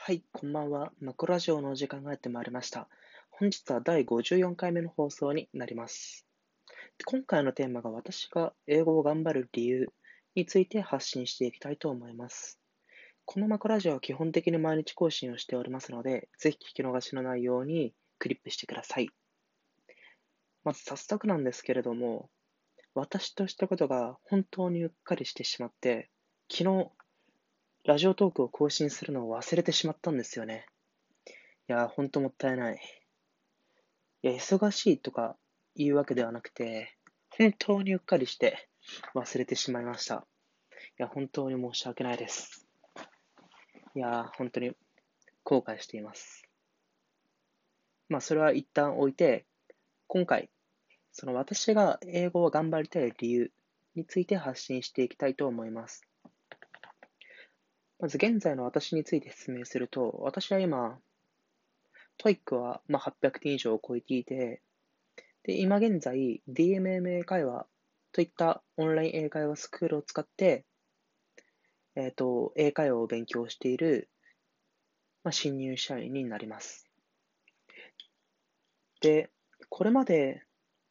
はい、こんばんは。マコラジオのお時間がやってまいりました。本日は第54回目の放送になります。今回のテーマが私が英語を頑張る理由について発信していきたいと思います。このマコラジオは基本的に毎日更新をしておりますので、ぜひ聞き逃しのないようにクリップしてください。まず早速なんですけれども、私としたことが本当にうっかりしてしまって、昨日ラジオトークを更新するのを忘れてしまったんですよね。いやー、本当もったいない。いや、忙しいとかいうわけではなくて、本当にうっかりして忘れてしまいました。いや、本当に申し訳ないです。いや、本当に後悔しています。まあ、それは一旦置いて、今回、その私が英語を頑張りたい理由について発信していきたいと思います。まず現在の私について説明すると、私は今、TOEIC は800点以上を超えていて、で、今現在、DMMA 会話といったオンライン英会話スクールを使って、英会話を勉強している、新入社員になります。で、これまで、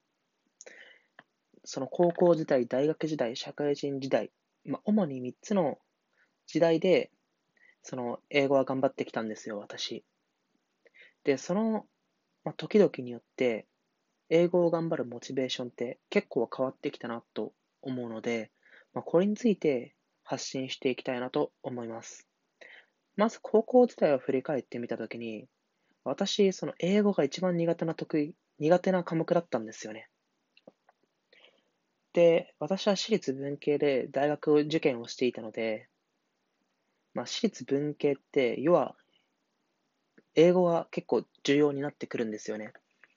その高校時代、大学時代、社会人時代、主に3つの時代で、その英語は頑張ってきたんですよ、私。で、その、時々によって、英語を頑張るモチベーションって結構変わってきたなと思うので、これについて発信していきたいなと思います。まず高校時代を振り返ってみたときに、私、その英語が一番苦手な科目だったんですよね。で、私は私立文系で大学受験をしていたので、私立文系って、要は、英語が結構重要になってくるんですよね。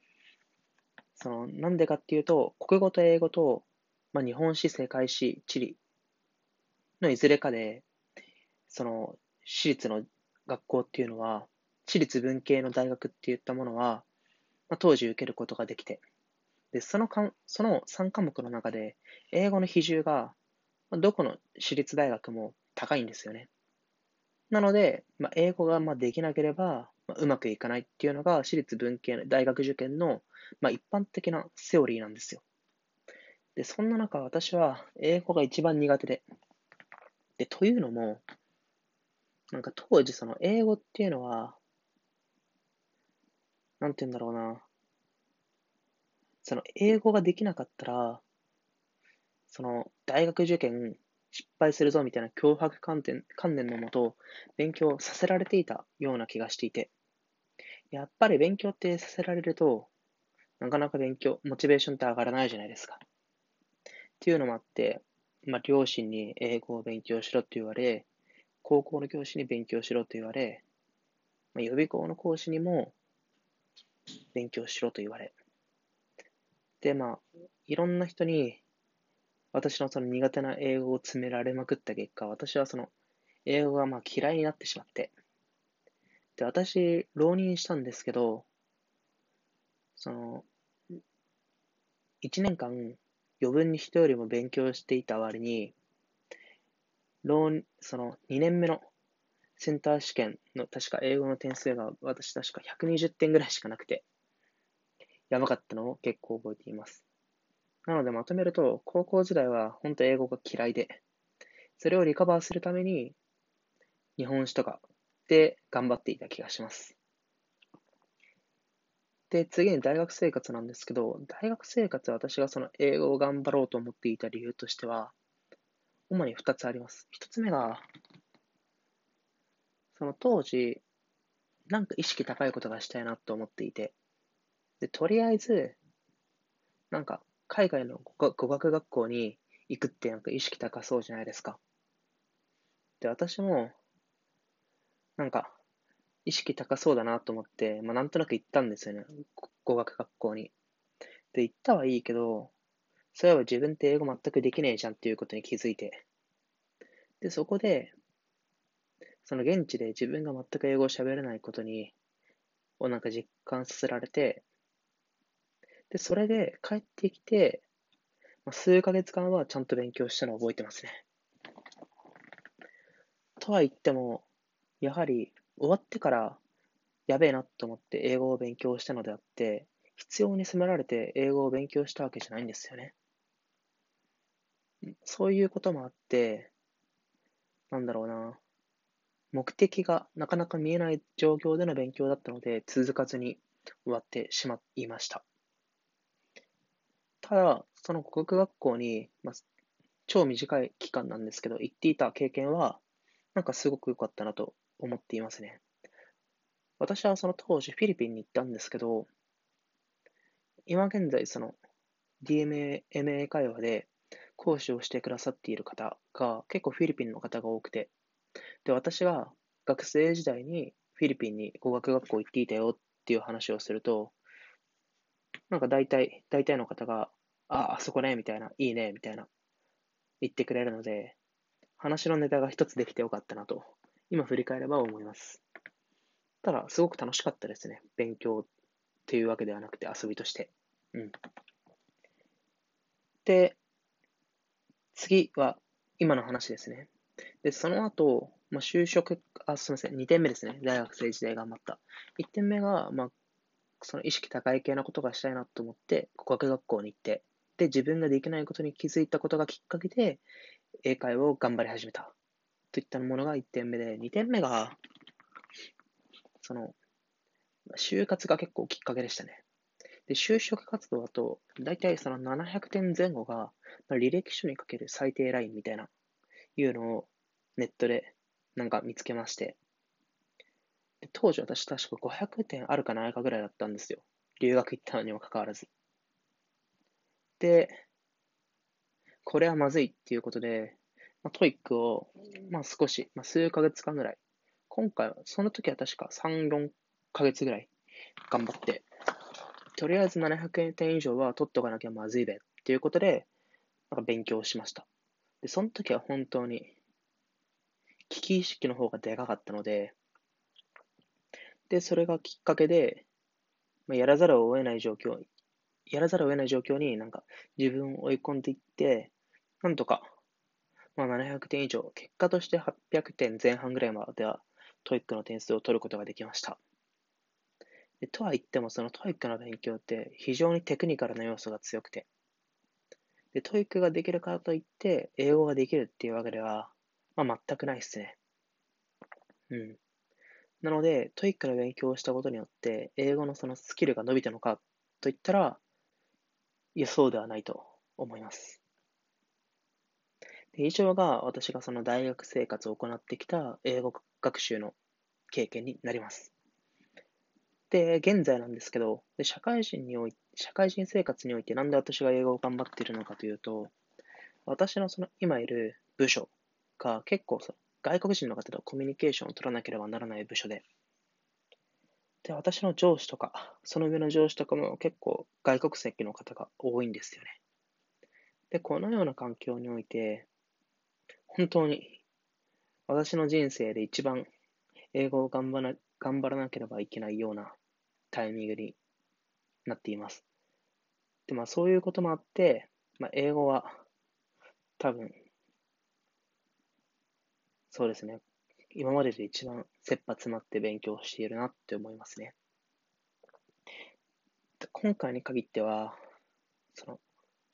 なんでかっていうと、国語と英語と、日本史、世界史、地理のいずれかで、私立の学校っていうのは、私立文系の大学っていったものは、当時受けることができて、で、その3科目の中で、英語の比重が、どこの私立大学も高いんですよね。なので、英語ができなければ、うまくいかないっていうのが、私立文系の大学受験の、一般的なセオリーなんですよ。で、そんな中、私は英語が一番苦手で、というのも、当時その英語っていうのは、なんて言うんだろうな、その英語ができなかったら、大学受験失敗するぞみたいな脅迫観念のもと、勉強させられていたような気がしていて、やっぱり勉強ってさせられると、なかなかモチベーションって上がらないじゃないですか。っていうのもあって、両親に英語を勉強しろって言われ、高校の教師に勉強しろと言われ、予備校の講師にも勉強しろと言われ、で、いろんな人に私のその苦手な英語を詰められまくった結果、私はその英語が嫌いになってしまって、で、私、浪人したんですけど、その、1年間、余分に人よりも勉強していた割に、2年目のセンター試験の確か英語の点数が私確か120点ぐらいしかなくて、やばかったのを結構覚えています。なのでまとめると、高校時代は本当英語が嫌いで、それをリカバーするために日本史とかで頑張っていた気がします。で、次に大学生活なんですけど、大学生活は私がその英語を頑張ろうと思っていた理由としては、主に2つあります。1つ目が、その当時、意識高いことがしたいなと思っていて、で、とりあえず、海外の語学学校に行くって意識高そうじゃないですか。で、私も、なんか、意識高そうだなと思って、なんとなく行ったんですよね。語学学校に。で、行ったはいいけど、そういえば自分って英語全くできねえじゃんっていうことに気づいて。で、そこで、その現地で自分が全く英語を喋れないことを実感させられて、で、それで帰ってきて、数ヶ月間はちゃんと勉強したのを覚えてますね。とは言っても、やはり終わってからやべえなと思って英語を勉強したのであって、必要に迫られて英語を勉強したわけじゃないんですよね。そういうこともあって、なんだろうな、目的がなかなか見えない状況での勉強だったので、続かずに終わってしまいました。ただ、その語学学校に、超短い期間なんですけど、行っていた経験は、なんかすごく良かったなと思っていますね。私はその当時フィリピンに行ったんですけど、今現在その DMA、MA 会話で講師をしてくださっている方が結構フィリピンの方が多くて、で、私が学生時代にフィリピンに語学学校行っていたよっていう話をすると、なんか大体の方が、あそこね、みたいな、いいね、みたいな言ってくれるので、話のネタが一つできてよかったなと、今振り返れば思います。ただ、すごく楽しかったですね。勉強っていうわけではなくて遊びとして。うん。で、次は今の話ですね。で、その後、就職、すみません、2点目ですね。大学生時代頑張った。1点目が、その意識高い系のことがしたいなと思って、語学学校に行って、で、自分ができないことに気づいたことがきっかけで、英会話を頑張り始めた。といったものが1点目で、2点目が、その、就活が結構きっかけでしたね。で、就職活動だと、だいたいその700点前後が、履歴書にかける最低ラインみたいな、いうのをネットでなんか見つけまして、で当時私確か500点あるかないかぐらいだったんですよ。留学行ったのにもかかわらず。で、これはまずいっていうことで、トイックを、少し、数ヶ月間ぐらい。今回は、その時は確か3、4ヶ月ぐらい頑張って、とりあえず700点以上は取っとかなきゃまずいべっていうことで、なんか勉強しました。で、その時は本当に危機意識の方がでかかったので、で、それがきっかけで、やらざるを得ない状況、やらざるを得ない状況になんか自分を追い込んでいって、なんとか、700点以上、結果として800点前半ぐらいまではトイックの点数を取ることができました。でとは言っても、そのトイックの勉強って非常にテクニカルな要素が強くて、で、トイックができるからといって、英語ができるっていうわけでは、全くないですね。うん。なので、トイックの勉強をしたことによって、英語のそのスキルが伸びたのかといったら、いや、そうではないと思います。で以上が私がその大学生活を行ってきた英語学習の経験になります。で、現在なんですけど、社会人生活においてなんで私が英語を頑張っているのかというと、私のその今いる部署が結構外国人の方とコミュニケーションを取らなければならない部署で、私の上司とか、その上の上司とかも結構外国籍の方が多いんですよね。で、このような環境において、本当に私の人生で一番英語を頑張らなければいけないようなタイミングになっています。で、そういうこともあって、英語は多分、そうですね、今までで一番切羽詰まって勉強しているなって思いますね。で今回に限っては、その、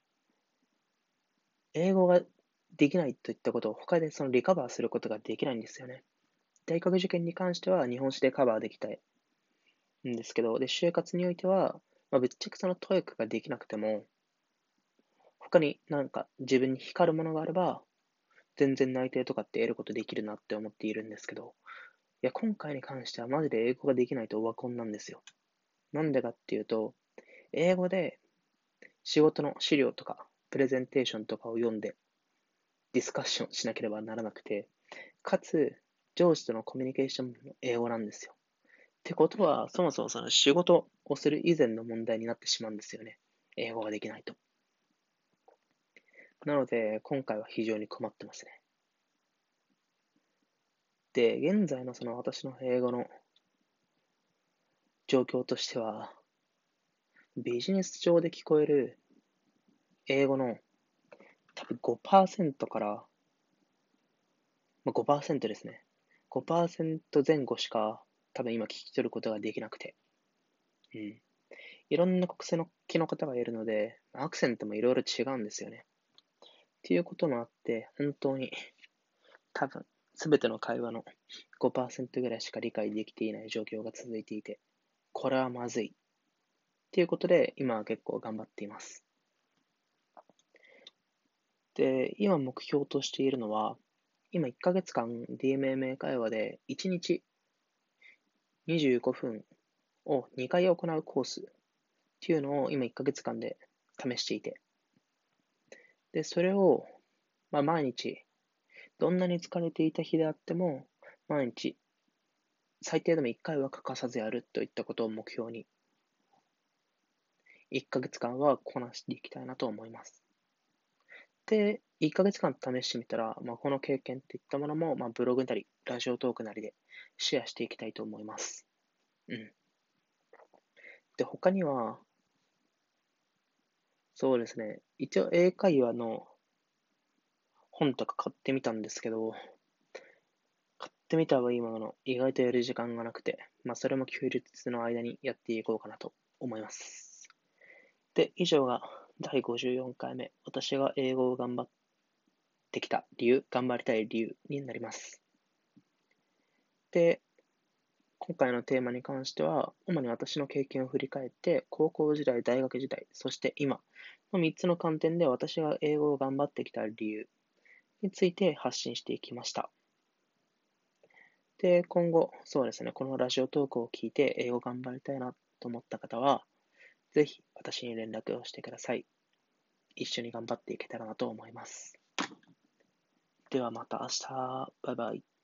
英語ができないといったことを他でそのリカバーすることができないんですよね。大学受験に関しては日本史でカバーできたいんですけど、で、就活においては、ぶっちゃけそのト e イ k ができなくても、他になんか自分に光るものがあれば、全然内定とかって得ることできるなって思っているんですけど、いや、今回に関してはマジで英語ができないとオワコンなんですよ。なんでかっていうと、英語で仕事の資料とか、プレゼンテーションとかを読んでディスカッションしなければならなくて、かつ、上司とのコミュニケーションも英語なんですよ。ってことは、そもそもその仕事をする以前の問題になってしまうんですよね。英語ができないと。なので、今回は非常に困ってますね。で、現在のその私の英語の状況としては、ビジネス上で聞こえる英語の多分5%から、5%ですね。 5% 前後しか多分今聞き取ることができなくて。うん。いろんな国籍の方がいるので、アクセントもいろいろ違うんですよね。っていうこともあって、本当に多分、すべての会話の5%ぐらいしか理解できていない状況が続いていて、これはまずい。っていうことで、今は結構頑張っています。で、今目標としているのは、今1ヶ月間 DMMA 会話で1日25分を2回行うコースっていうのを今1ヶ月間で試していて、で、それを、毎日、どんなに疲れていた日であっても、毎日、最低でも1回は欠かさずやるといったことを目標に、1ヶ月間はこなしていきたいなと思います。で、1ヶ月間試してみたら、この経験っていったものも、ブログなり、ラジオトークなりでシェアしていきたいと思います。うん。で、他には、そうですね、一応英会話の本とか買ってみたんですけど、買ってみたはいいものの、意外とやる時間がなくて、それも休日の間にやっていこうかなと思います。で、以上が第54回目、私が英語を頑張ってきた理由、頑張りたい理由になります。で、今回のテーマに関しては、主に私の経験を振り返って、高校時代、大学時代、そして今の3つの観点で私が英語を頑張ってきた理由について発信していきました。で、今後、そうですね、このラジオトークを聞いて英語頑張りたいなと思った方は、ぜひ私に連絡をしてください。一緒に頑張っていけたらなと思います。ではまた明日。バイバイ。